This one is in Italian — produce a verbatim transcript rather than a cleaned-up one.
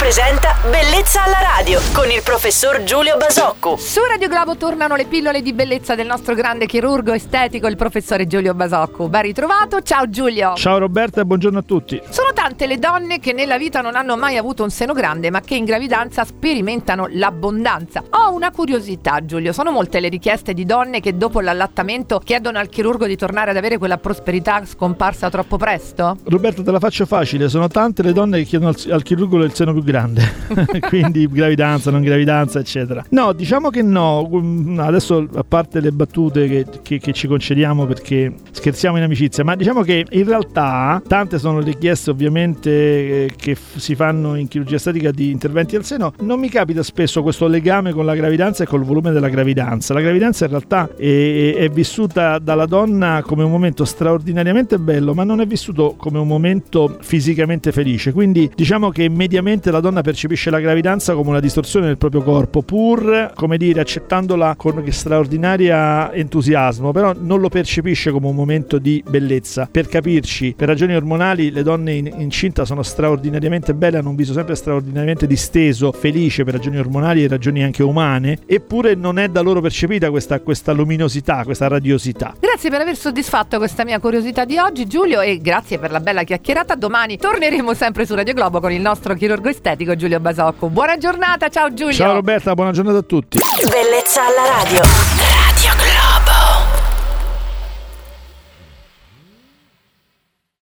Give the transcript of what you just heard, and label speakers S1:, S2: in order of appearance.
S1: presenta Bellezza alla radio con il professor Giulio Basocco.
S2: Su Radio Globo tornano le pillole di bellezza del nostro grande chirurgo estetico, il professore Giulio Basocco. Ben ritrovato, ciao Giulio.
S3: Ciao Roberta e buongiorno a tutti.
S2: Sono tante le donne che nella vita non hanno mai avuto un seno grande, ma che in gravidanza sperimentano l'abbondanza. Ho una curiosità, Giulio, sono molte le richieste di donne che dopo l'allattamento chiedono al chirurgo di tornare ad avere quella prosperità scomparsa troppo presto?
S3: Roberta, te la faccio facile, sono tante le donne che chiedono al, al chirurgo il seno più grande, quindi gravidanza, non gravidanza, eccetera. No, diciamo che no, adesso a parte le battute che, che, che ci concediamo perché scherziamo in amicizia, ma diciamo che in realtà tante sono le richieste ovviamente che f- si fanno in chirurgia estetica di interventi al seno. Non mi capita spesso questo legame con la gravidanza e col volume della gravidanza. La gravidanza in realtà è, è vissuta dalla donna come un momento straordinariamente bello, ma non è vissuto come un momento fisicamente felice, quindi diciamo che mediamente la donna percepisce la gravidanza come una distorsione del proprio corpo, pur, come dire, accettandola con straordinaria entusiasmo, però non lo percepisce come un momento di bellezza. Per capirci, per ragioni ormonali le donne in, incinta sono straordinariamente belle, hanno un viso sempre straordinariamente disteso, felice per ragioni ormonali e ragioni anche umane, eppure non è da loro percepita questa, questa luminosità, questa radiosità.
S2: Grazie per aver soddisfatto questa mia curiosità di oggi, Giulio, e grazie per la bella chiacchierata. Domani torneremo sempre su Radio Globo con il nostro chirurgo estetico Giulio Basocco. Buona giornata, ciao Giulio.
S3: Ciao Roberta, buona giornata a tutti.
S1: Bellezza alla radio.